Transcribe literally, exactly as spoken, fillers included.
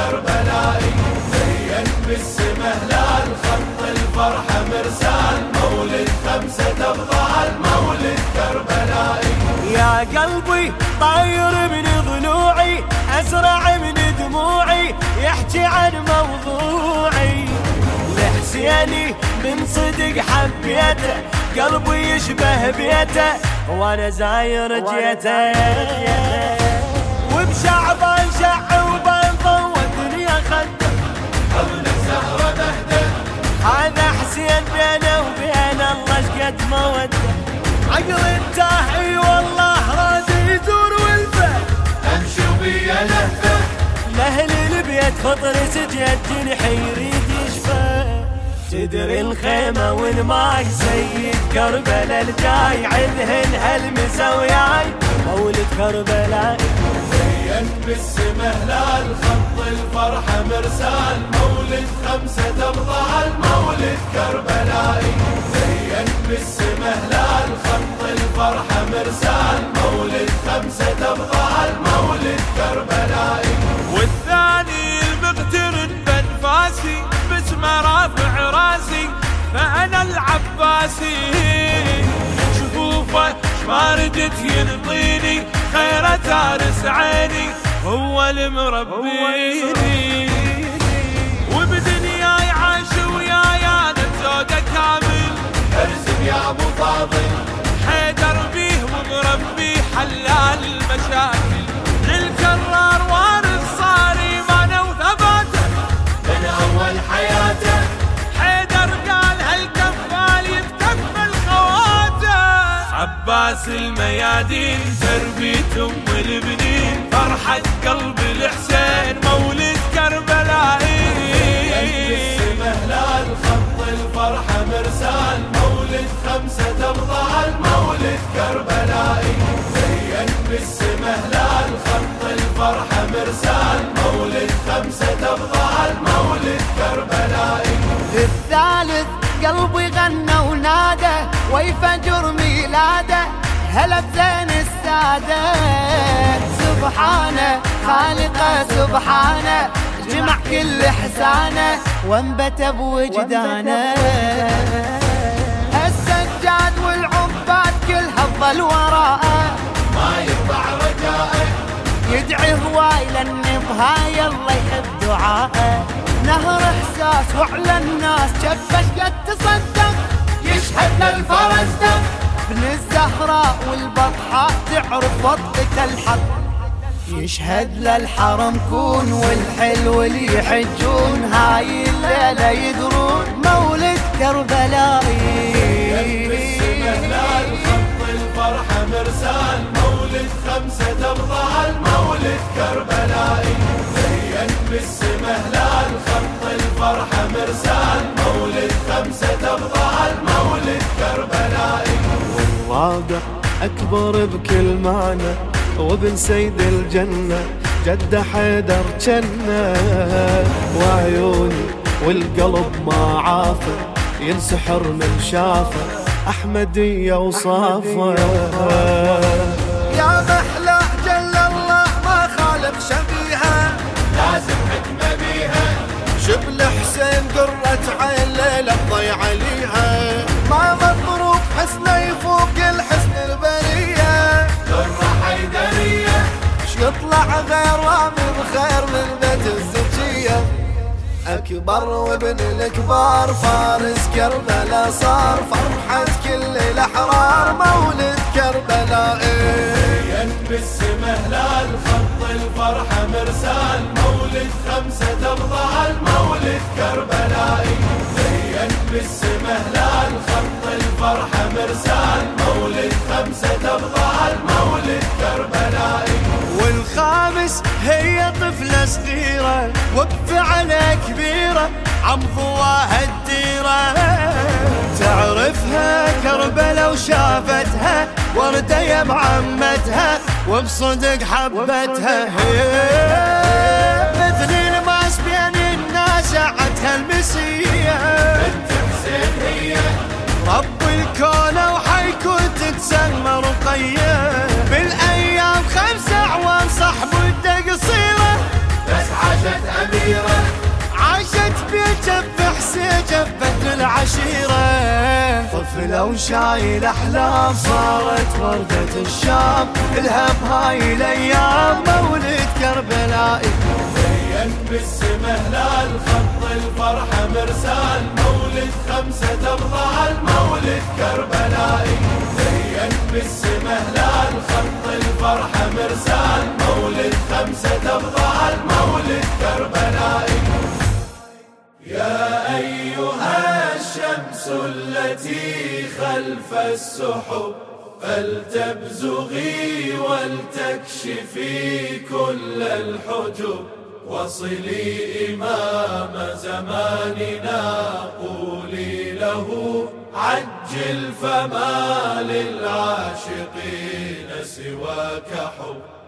كربلائي، زين بالسما هلال خط الفرحة مرسال، مولد خمسة أبطال مولد كربلائي. يا قلبي طاير من ضلوعي، أزرع من دموعي، يحكي عن موضوعي. لحسيني من صدق حبيته، قلبي يشبه بيته، وانا زاير جيته. وبشعبان شعوبان ضوى الدنيا خده، حضن الزهرة بهده، هذا حسين بينه وبين الله شقد موده. عقل التاهي والله راد يزور والفه، امشي وبيا لهفه، لاهل البيت فطر سجد جنحي يريد يشفى. تدري الخيمة والماي سيد كربلاء الجاي، عندهن هالمسا وياي مولد كربلاء. زين بالسما هلال خط الفرحة مرسال، مولد خمسة أبطال مولد كربلائي، زين بالسما هلال خط الفرحة مرسال، مولد خمسة أبطال مولد كربلائي. والثاني المغترن بنفاسي، باسمه رافع راسي، فأنا العباسي. شفوفه ما ردت ينطيني، خيره تارس عيني، هو المربيني. وبدنياي عاش وياي انا زوجه كامل، ارزق يا ابو فاضل، حيدر بيه ومربيه حلال المشاكل. للكرار وارث صار ايمانه وثباته، من اول حياته حيدر قال هالكفال يتكفل خواته. عباس الميادين تربية ام البنين، فرحة قلب الحسين مولد كربلائي. بالسما هلال خط الفرحة مرسال، مولد خمسة أبطال مولد كربلائي، زين بالسما هلال خط الفرحة مرسال، مولد خمسة أبطال مولد كربلائي. الثالث قلبي غنى ونادى، ويفجر ميلاده هلا بزين السادة. سبحانه خالقه سبحانه، جمع كل احسانه وانبت بوجدانه. السجاد والعباد كلها تظل وراءه، ما يقطع رجائه، يدعي هواي لان بهاي الله يحب دعائه. نهر احساس وعلى الناس شفش قد تصدق، يشهد للفرج دق، ابن الزهراء والبطحاء تعرف وطئة الحق. يشهد للحرم كون والحلو اللي يحجون، هاي الليلة يدرون مولد كربلائي. بالسما هلال خط الفرحة مرسال، مولد خمسة أبطال مولد كربلائي، زين بالسما هلال خط الفرحة مرسال، مولد خمسة أبطال مولد كربلائي. والرابع أكبر بكل معنى، وابن سيد الجنة جد حيدر جنة. وعيوني والقلب ما عافى، ينسحر من شافه أحمدية وصافة. يا محلى جل الله ما خالق شبيها، لازم حكمة بيها، شبل حسين قرة عين ليلة تضيع عليها. ما مضروب حسنه يفوق الحسن البرية، درة حيدرية، يطلع غير رامي بخير من بيت الزكية. أكبر وابن الكبار فارس كربلاء، صار فرحة كل الأحرار مولد كربلائي. زين بالسما هلال خط الفرحة مرسال، مولد خمسة أبطال مولد كربلائي، زين بالسما هلال خط الفرحة مرسال، مولد خمسة أبطال مولد كربلائي. والخامس هي طفلة صغيرة وبفعلها كبيرة، عم ضواها الديرة. تعرفها كربلة وشافتها، وردة يا معمتها وبصدق حبتها. مثل الماس بين الناس عدها المسية، بنت حسين هي رب الكون وحيكون تتسمى رقية. بالايام خمس اعوام صح مدة قصيرة، بس عاشت أميرة. وشايل أحلام، صارت وردة الشام الها بهاي الأيام مولد كربلائي. زين بالسما هلال خط الفرحة مرسال، مولد خمسة تبضع المولد كربلائي. زين بالسما هلال خط الفرحة مرسال، مولد خمسة تبضع المولد كربلائي. يا أيها الشمس التي خلف السحب، فلتبزغي ولتكشفي كل الحجب، وصلي إمام زماننا قولي له عجل، فما للعاشقين سواك حب.